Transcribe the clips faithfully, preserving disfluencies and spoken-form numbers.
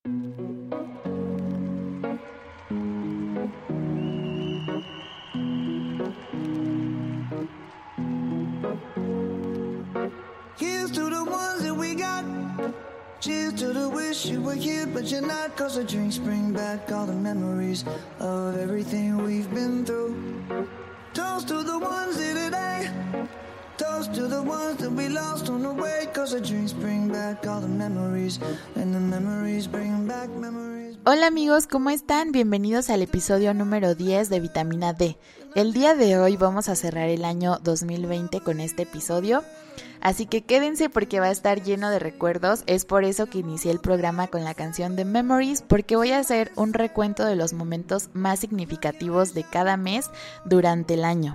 Here's to the ones that we got. Cheers to the wish you were here, but you're not. Cause the drinks bring back all the memories of everything we've been through. Toast to the ones here today. Toast to the ones that we lost on the way. Cause the drinks bring back all the memories. And the memories bring back memories. Hola amigos, ¿cómo están? Bienvenidos al episodio número diez de Vitamina D. El día de hoy vamos a cerrar el año dos mil veinte con este episodio. Así que quédense porque va a estar lleno de recuerdos. Es por eso que inicié el programa con la canción de Memories, porque voy a hacer un recuento de los momentos más significativos de cada mes durante el año.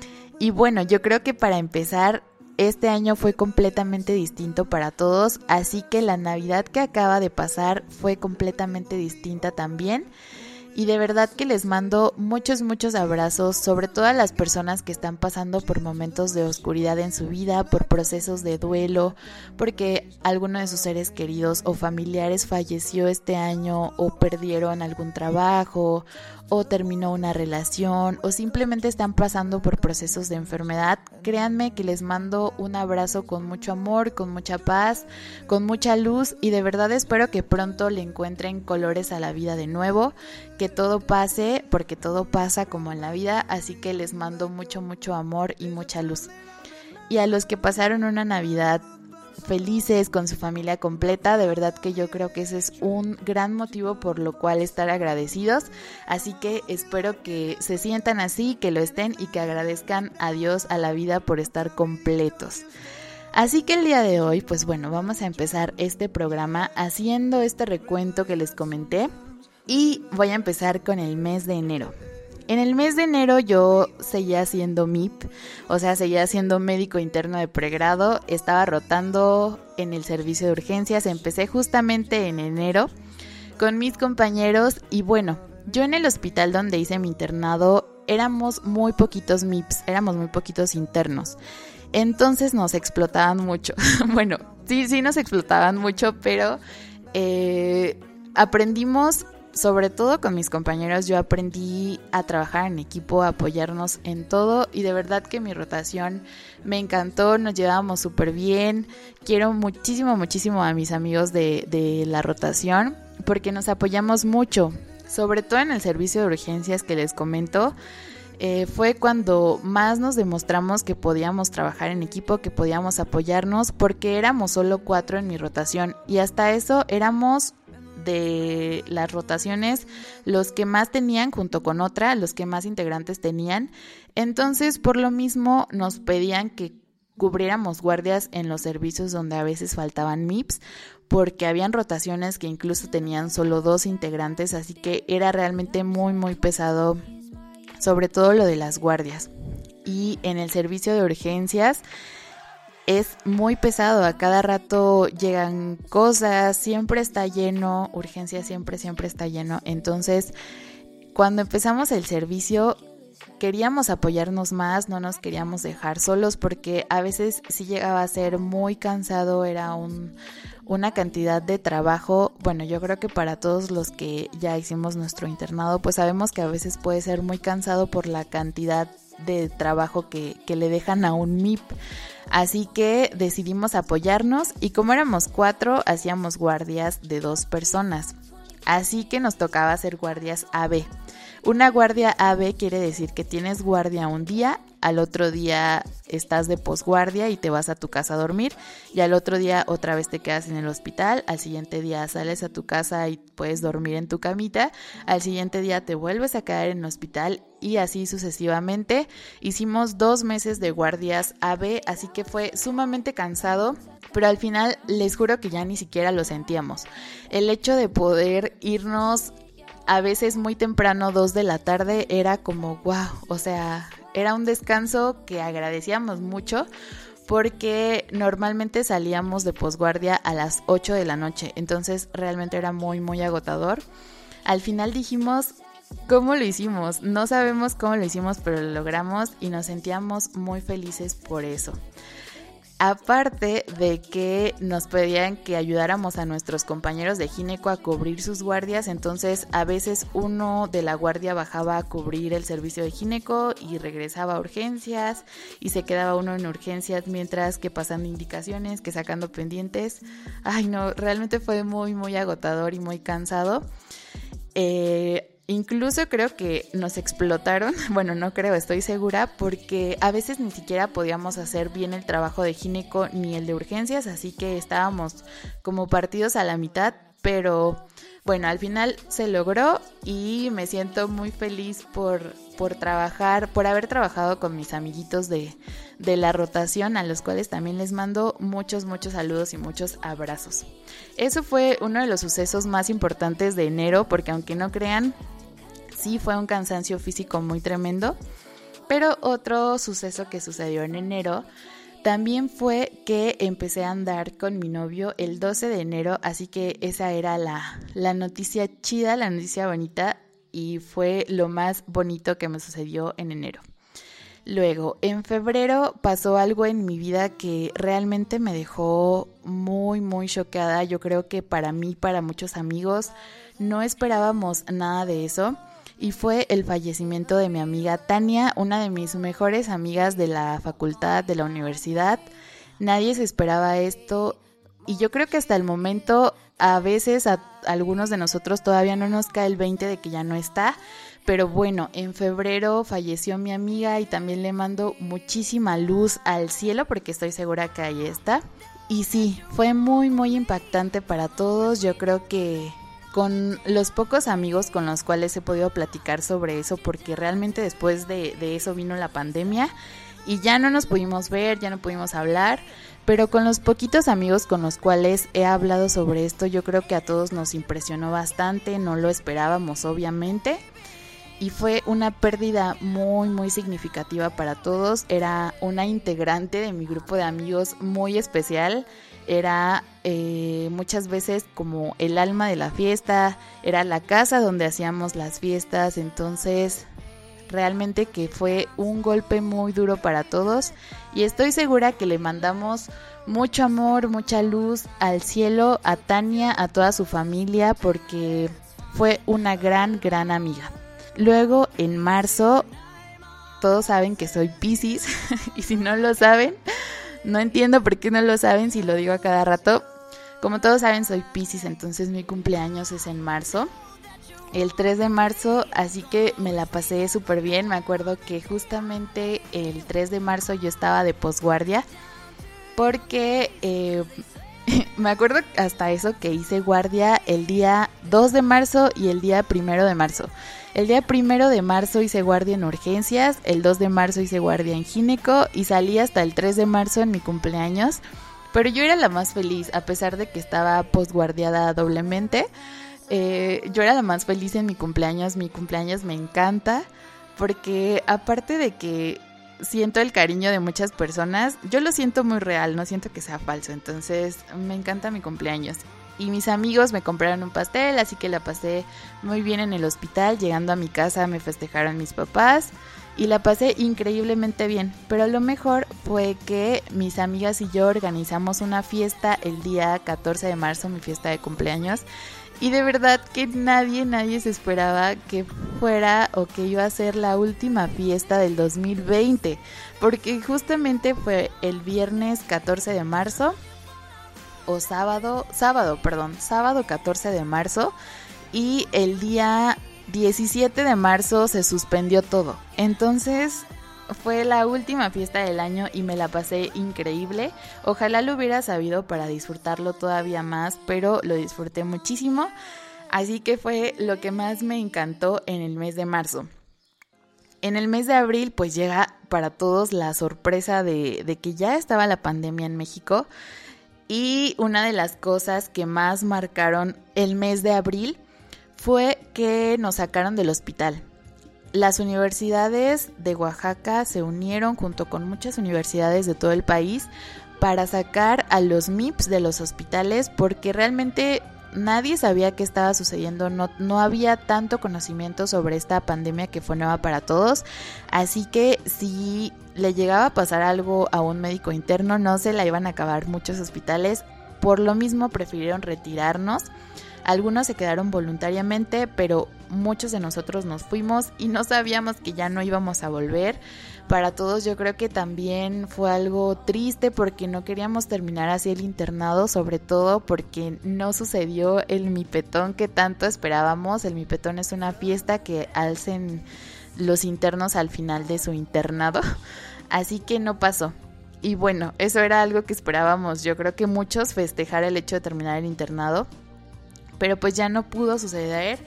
Y bueno, yo creo que para empezar, este año fue completamente distinto para todos, así que la Navidad que acaba de pasar fue completamente distinta también. Y de verdad que les mando muchos, muchos abrazos, sobre todo a las personas que están pasando por momentos de oscuridad en su vida, por procesos de duelo, porque alguno de sus seres queridos o familiares falleció este año o perdieron algún trabajo o terminó una relación o simplemente están pasando por procesos de enfermedad. Créanme que les mando un abrazo con mucho amor, con mucha paz, con mucha luz y de verdad espero que pronto le encuentren colores a la vida de nuevo, que todo pase porque todo pasa como en la vida, así que les mando mucho, mucho amor y mucha luz. Y a los que pasaron una Navidad felices con su familia completa, de verdad que yo creo que ese es un gran motivo por lo cual estar agradecidos, así que espero que se sientan así, que lo estén y que agradezcan a Dios, a la vida por estar completos. Así que el día de hoy, pues bueno, vamos a empezar este programa haciendo este recuento que les comenté y voy a empezar con el mes de enero. En el mes de enero yo seguía siendo M I P, o sea, seguía siendo médico interno de pregrado, estaba rotando en el servicio de urgencias, empecé justamente en enero con mis compañeros y bueno, yo en el hospital donde hice mi internado éramos muy poquitos M I Ps, éramos muy poquitos internos, entonces nos explotaban mucho, bueno, sí, sí nos explotaban mucho, pero eh, aprendimos. Sobre todo con mis compañeros yo aprendí a trabajar en equipo, a apoyarnos en todo y de verdad que mi rotación me encantó, nos llevábamos súper bien. Quiero muchísimo, muchísimo a mis amigos de, de la rotación porque nos apoyamos mucho, sobre todo en el servicio de urgencias que les comento. Eh, fue cuando más nos demostramos que podíamos trabajar en equipo, que podíamos apoyarnos porque éramos solo cuatro en mi rotación y hasta eso éramos de las rotaciones los que más tenían junto con otra, los que más integrantes tenían, entonces por lo mismo nos pedían que cubriéramos guardias en los servicios donde a veces faltaban M I Ps, porque habían rotaciones que incluso tenían solo dos integrantes, así que era realmente muy muy pesado, sobre todo lo de las guardias. Y en el servicio de urgencias es muy pesado, a cada rato llegan cosas, siempre está lleno, urgencia siempre, siempre está lleno. Entonces, cuando empezamos el servicio, queríamos apoyarnos más, no nos queríamos dejar solos porque a veces sí llegaba a ser muy cansado, era un, una cantidad de trabajo. Bueno, yo creo que para todos los que ya hicimos nuestro internado, pues sabemos que a veces puede ser muy cansado por la cantidad de trabajo que, que le dejan a un M I P. Así que decidimos apoyarnos y como éramos cuatro, hacíamos guardias de dos personas. Así que nos tocaba hacer guardias A B. Una guardia A B quiere decir que tienes guardia un día, al otro día estás de posguardia y te vas a tu casa a dormir y al otro día otra vez te quedas en el hospital, al siguiente día sales a tu casa y puedes dormir en tu camita, al siguiente día te vuelves a quedar en el hospital y así sucesivamente. Hicimos dos meses de guardias A B, así que fue sumamente cansado, pero al final les juro que ya ni siquiera lo sentíamos. El hecho de poder irnos a veces muy temprano, dos de la tarde, era como wow, o sea, era un descanso que agradecíamos mucho porque normalmente salíamos de posguardia a las ocho de la noche, entonces realmente era muy muy agotador. Al final dijimos, ¿cómo lo hicimos? No sabemos cómo lo hicimos, pero lo logramos y nos sentíamos muy felices por eso. Aparte de que nos pedían que ayudáramos a nuestros compañeros de gineco a cubrir sus guardias, entonces a veces uno de la guardia bajaba a cubrir el servicio de gineco y regresaba a urgencias y se quedaba uno en urgencias mientras que pasando indicaciones, que sacando pendientes. Ay no, realmente fue muy muy agotador y muy cansado. Eh... Incluso creo que nos explotaron, bueno, no creo, estoy segura, porque a veces ni siquiera podíamos hacer bien el trabajo de gineco ni el de urgencias, así que estábamos como partidos a la mitad, pero bueno, al final se logró y me siento muy feliz por, por trabajar, por haber trabajado con mis amiguitos de, de la rotación, a los cuales también les mando muchos, muchos saludos y muchos abrazos. Eso fue uno de los sucesos más importantes de enero, porque aunque no crean, sí fue un cansancio físico muy tremendo, pero otro suceso que sucedió en enero también fue que empecé a andar con mi novio el doce de enero, así que esa era la, la noticia chida, la noticia bonita, y fue lo más bonito que me sucedió en enero. Luego, en febrero pasó algo en mi vida que realmente me dejó muy, muy choqueada. Yo creo que para mí, para muchos amigos, no esperábamos nada de eso. Y fue el fallecimiento de mi amiga Tania, una de mis mejores amigas de la facultad, de la universidad. Nadie se esperaba esto y yo creo que hasta el momento a veces a algunos de nosotros todavía no nos cae el veinte de que ya no está. Pero bueno, en febrero falleció mi amiga y también le mando muchísima luz al cielo porque estoy segura que ahí está. Y sí, fue muy muy impactante para todos. Yo creo que con los pocos amigos con los cuales he podido platicar sobre eso, porque realmente después de, de eso vino la pandemia y ya no nos pudimos ver, ya no pudimos hablar, pero con los poquitos amigos con los cuales he hablado sobre esto, yo creo que a todos nos impresionó bastante, no lo esperábamos obviamente, y fue una pérdida muy muy significativa para todos. Era una integrante de mi grupo de amigos muy especial. Era eh, muchas veces como el alma de la fiesta, era la casa donde hacíamos las fiestas, entonces realmente que fue un golpe muy duro para todos y estoy segura que le mandamos mucho amor, mucha luz al cielo, a Tania, a toda su familia, porque fue una gran, gran amiga. Luego en marzo, todos saben que soy Piscis y si no lo saben, no entiendo por qué no lo saben si lo digo a cada rato. Como todos saben, soy Piscis, entonces mi cumpleaños es en marzo, el tres de marzo, así que me la pasé súper bien. Me acuerdo que justamente el tres de marzo yo estaba de posguardia, porque eh, me acuerdo hasta eso que hice guardia el día dos de marzo y el día primero de marzo. El día primero de marzo hice guardia en urgencias, el dos de marzo hice guardia en gineco y salí hasta el tres de marzo en mi cumpleaños. Pero yo era la más feliz, a pesar de que estaba posguardiada doblemente. Eh, yo era la más feliz en mi cumpleaños, mi cumpleaños me encanta, porque aparte de que siento el cariño de muchas personas, yo lo siento muy real, no siento que sea falso, entonces me encanta mi cumpleaños. Y mis amigos me compraron un pastel, así que la pasé muy bien en el hospital. Llegando a mi casa me festejaron mis papás y la pasé increíblemente bien. Pero lo mejor fue que mis amigas y yo organizamos una fiesta el día catorce de marzo, mi fiesta de cumpleaños. Y de verdad que nadie, nadie se esperaba que fuera o que iba a ser la última fiesta del dos mil veinte. Porque justamente fue el viernes catorce de marzo. O sábado, sábado, perdón, sábado catorce de marzo y el día diecisiete de marzo se suspendió todo. Entonces fue la última fiesta del año y me la pasé increíble. Ojalá lo hubiera sabido para disfrutarlo todavía más, pero lo disfruté muchísimo. Así que fue lo que más me encantó en el mes de marzo. En el mes de abril pues llega para todos la sorpresa de, de que ya estaba la pandemia en México. Y una de las cosas que más marcaron el mes de abril fue que nos sacaron del hospital. Las universidades de Oaxaca se unieron junto con muchas universidades de todo el país para sacar a los M I Ps de los hospitales, porque realmente nadie sabía qué estaba sucediendo, no, no había tanto conocimiento sobre esta pandemia que fue nueva para todos, así que si le llegaba a pasar algo a un médico interno, no se la iban a acabar muchos hospitales, por lo mismo prefirieron retirarnos. Algunos se quedaron voluntariamente, pero muchos de nosotros nos fuimos y no sabíamos que ya no íbamos a volver. Para todos yo creo que también fue algo triste porque no queríamos terminar así el internado, sobre todo porque no sucedió el mipetón que tanto esperábamos. El mipetón es una fiesta que hacen los internos al final de su internado, así que no pasó. Y bueno, eso era algo que esperábamos, yo creo que muchos, festejar el hecho de terminar el internado, pero pues ya no pudo suceder.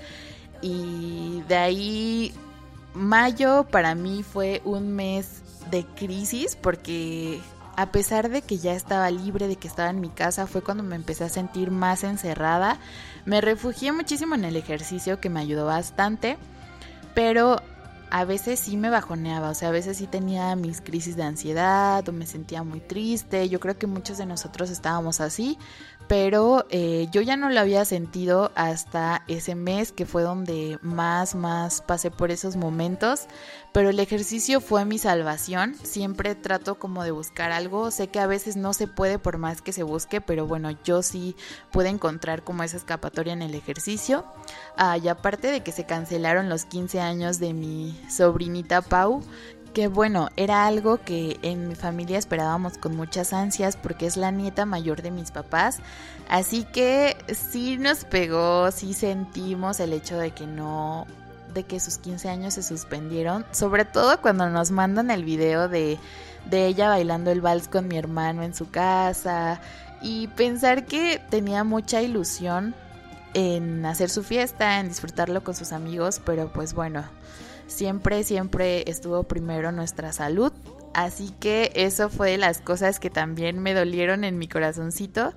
Y de ahí mayo para mí fue un mes de crisis porque a pesar de que ya estaba libre, de que estaba en mi casa, fue cuando me empecé a sentir más encerrada. Me refugié muchísimo en el ejercicio, que me ayudó bastante, pero a veces sí me bajoneaba, o sea, a veces sí tenía mis crisis de ansiedad o me sentía muy triste. Yo creo que muchos de nosotros estábamos así, pero eh, yo ya no lo había sentido hasta ese mes, que fue donde más, más pasé por esos momentos. Pero el ejercicio fue mi salvación. Siempre trato como de buscar algo. Sé que a veces no se puede por más que se busque, pero bueno, yo sí pude encontrar como esa escapatoria en el ejercicio. Ah, y aparte de que se cancelaron los quince años de mi sobrinita Pau, que bueno, era algo que en mi familia esperábamos con muchas ansias porque es la nieta mayor de mis papás, así que sí nos pegó, sí sentimos el hecho de que no, de que sus quince años se suspendieron, sobre todo cuando nos mandan el video de, de ella bailando el vals con mi hermano en su casa, y pensar que tenía mucha ilusión en hacer su fiesta, en disfrutarlo con sus amigos, pero pues bueno, siempre, siempre estuvo primero nuestra salud, así que eso fue de las cosas que también me dolieron en mi corazoncito,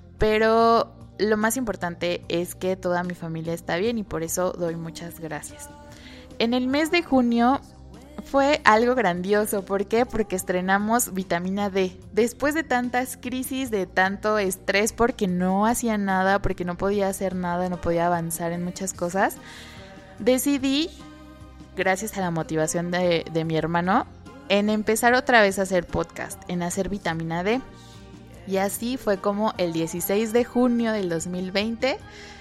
pero lo más importante es que toda mi familia está bien y por eso doy muchas gracias. En el mes de junio fue algo grandioso. ¿Por qué? Porque estrenamos Vitamina D. Después de tantas crisis, de tanto estrés porque no hacía nada, porque no podía hacer nada, no podía avanzar en muchas cosas, decidí, gracias a la motivación de, de mi hermano, en empezar otra vez a hacer podcast, en hacer Vitamina D. Y así fue como el dieciséis de junio del dos mil veinte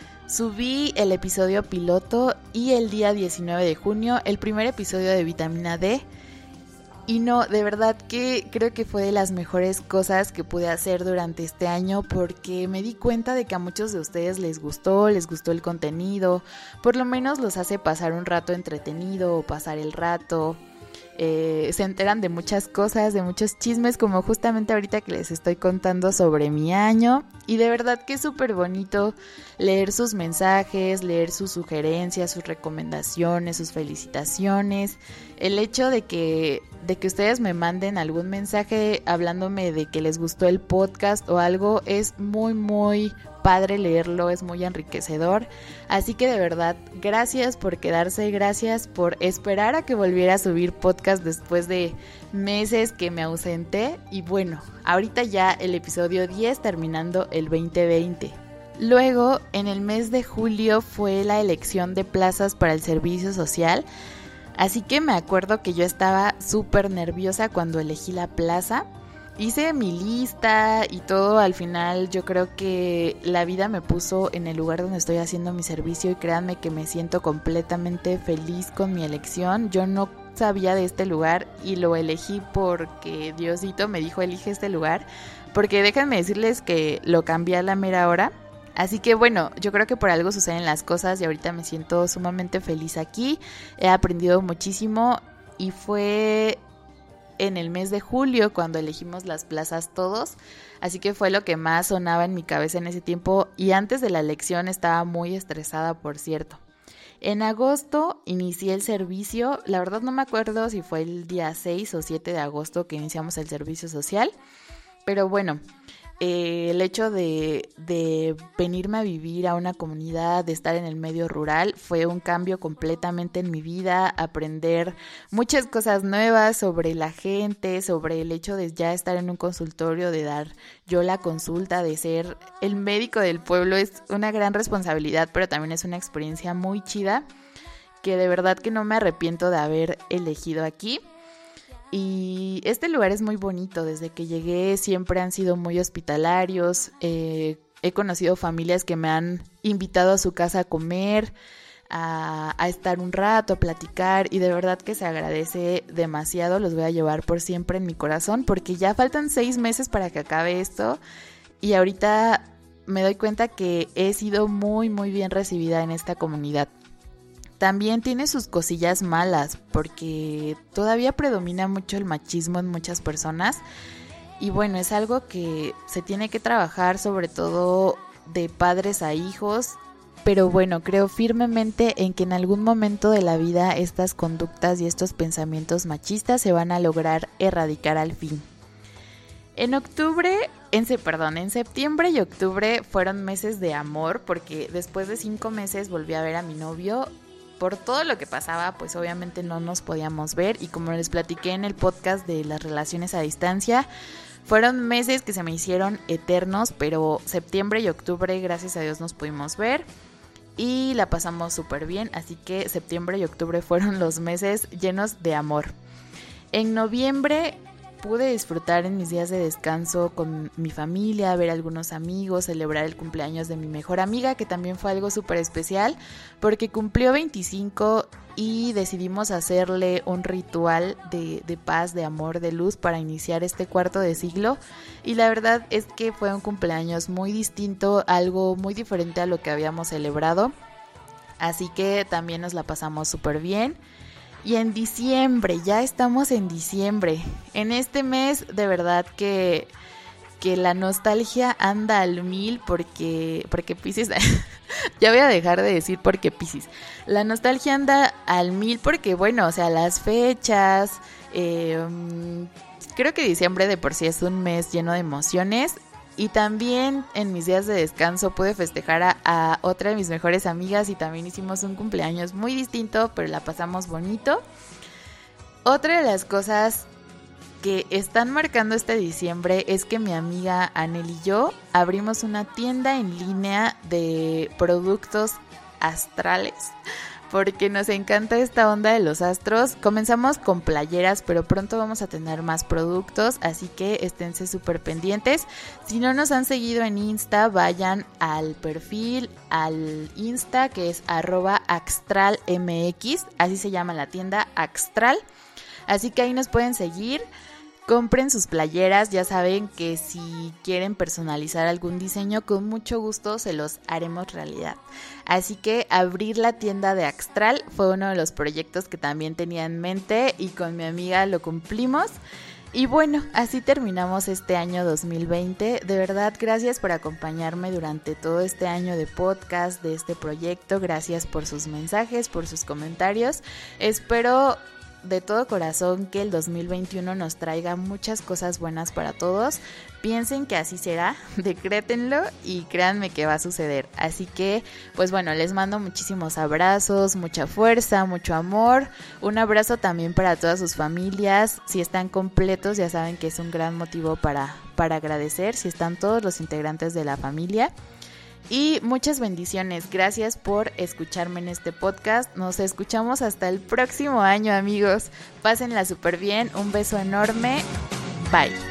subí el episodio piloto y el día diecinueve de junio el primer episodio de Vitamina D. Y no, de verdad que creo que fue de las mejores cosas que pude hacer durante este año porque me di cuenta de que a muchos de ustedes les gustó, les gustó el contenido, por lo menos los hace pasar un rato entretenido o pasar el rato. Eh, se enteran de muchas cosas, de muchos chismes, como justamente ahorita que les estoy contando sobre mi año. Y de verdad que es súper bonito leer sus mensajes, leer sus sugerencias, sus recomendaciones, sus felicitaciones. El hecho de que, de que ustedes me manden algún mensaje hablándome de que les gustó el podcast o algo es muy, muy padre leerlo, es muy enriquecedor. Así que de verdad, gracias por quedarse, gracias por esperar a que volviera a subir podcast después de meses que me ausenté. Y bueno, ahorita ya el episodio diez terminando el veinte veinte. Luego, en el mes de julio fue la elección de plazas para el servicio social. Así que me acuerdo que yo estaba súper nerviosa cuando elegí la plaza. Hice mi lista y todo. Al final yo creo que la vida me puso en el lugar donde estoy haciendo mi servicio y créanme que me siento completamente feliz con mi elección. Yo no sabía de este lugar y lo elegí porque Diosito me dijo elige este lugar, porque déjenme decirles que lo cambié a la mera hora. Así que bueno, yo creo que por algo suceden las cosas y ahorita me siento sumamente feliz aquí. He aprendido muchísimo y fue en el mes de julio cuando elegimos las plazas todos, así que fue lo que más sonaba en mi cabeza en ese tiempo y antes de la elección estaba muy estresada, por cierto. En agosto inicié el servicio, la verdad no me acuerdo si fue el día seis o siete de agosto que iniciamos el servicio social, pero bueno, eh, el hecho de, de venirme a vivir a una comunidad, de estar en el medio rural, fue un cambio completamente en mi vida, aprender muchas cosas nuevas sobre la gente, sobre el hecho de ya estar en un consultorio, de dar yo la consulta, de ser el médico del pueblo. Es una gran responsabilidad, pero también es una experiencia muy chida, que de verdad que no me arrepiento de haber elegido aquí. Y este lugar es muy bonito. Desde que llegué siempre han sido muy hospitalarios. Eh, he conocido familias que me han invitado a su casa a comer, a, a estar un rato, a platicar, y de verdad que se agradece demasiado. Los voy a llevar por siempre en mi corazón, porque ya faltan seis meses para que acabe esto, y ahorita me doy cuenta que he sido muy muy bien recibida en esta comunidad. También tiene sus cosillas malas, porque todavía predomina mucho el machismo en muchas personas, y bueno, es algo que se tiene que trabajar, sobre todo de padres a hijos. Pero bueno, creo firmemente en que en algún momento de la vida estas conductas y estos pensamientos machistas se van a lograr erradicar al fin. En octubre, en, perdón, en septiembre y octubre fueron meses de amor, porque después de cinco meses volví a ver a mi novio. Por todo lo que pasaba, pues obviamente no nos podíamos ver, y como les platiqué en el podcast de las relaciones a distancia, fueron meses que se me hicieron eternos, pero septiembre y octubre, gracias a Dios, nos pudimos ver y la pasamos súper bien, así que septiembre y octubre fueron los meses llenos de amor. En noviembre pude disfrutar en mis días de descanso con mi familia, ver a algunos amigos, celebrar el cumpleaños de mi mejor amiga, que también fue algo súper especial porque cumplió veinticinco y decidimos hacerle un ritual de, de paz, de amor, de luz para iniciar este cuarto de siglo, y la verdad es que fue un cumpleaños muy distinto, algo muy diferente a lo que habíamos celebrado, así que también nos la pasamos súper bien. Y en diciembre, ya estamos en diciembre. En este mes de verdad que, que la nostalgia anda al mil porque, porque Piscis, ya voy a dejar de decir porque Piscis. La nostalgia anda al mil porque bueno, o sea, las fechas, eh, creo que diciembre de por sí es un mes lleno de emociones. Y también en mis días de descanso pude festejar a, a otra de mis mejores amigas y también hicimos un cumpleaños muy distinto, pero la pasamos bonito. Otra de las cosas que están marcando este diciembre es que mi amiga Anel y yo abrimos una tienda en línea de productos astrales, porque nos encanta esta onda de los astros. Comenzamos con playeras, pero pronto vamos a tener más productos, así que esténse súper pendientes. Si no nos han seguido en Insta, vayan al perfil, al Insta, que es arroba axtralmx, así se llama la tienda, Axtral. Así que ahí nos pueden seguir. Compren sus playeras, ya saben que si quieren personalizar algún diseño, con mucho gusto se los haremos realidad. Así que abrir la tienda de Axtral fue uno de los proyectos que también tenía en mente y con mi amiga lo cumplimos. Y bueno, así terminamos este año dos mil veinte. De verdad, gracias por acompañarme durante todo este año de podcast, de este proyecto. Gracias por sus mensajes, por sus comentarios. Espero de todo corazón que el dos mil veintiuno nos traiga muchas cosas buenas para todos. Piensen que así será, decrétenlo y créanme que va a suceder. Así que, pues bueno, les mando muchísimos abrazos, mucha fuerza, mucho amor. Un abrazo también para todas sus familias. Si están completos, ya saben que es un gran motivo para, para agradecer. Si están todos los integrantes de la familia. Y muchas bendiciones, gracias por escucharme en este podcast. Nos escuchamos hasta el próximo año, amigos. Pásenla súper bien, un beso enorme, bye.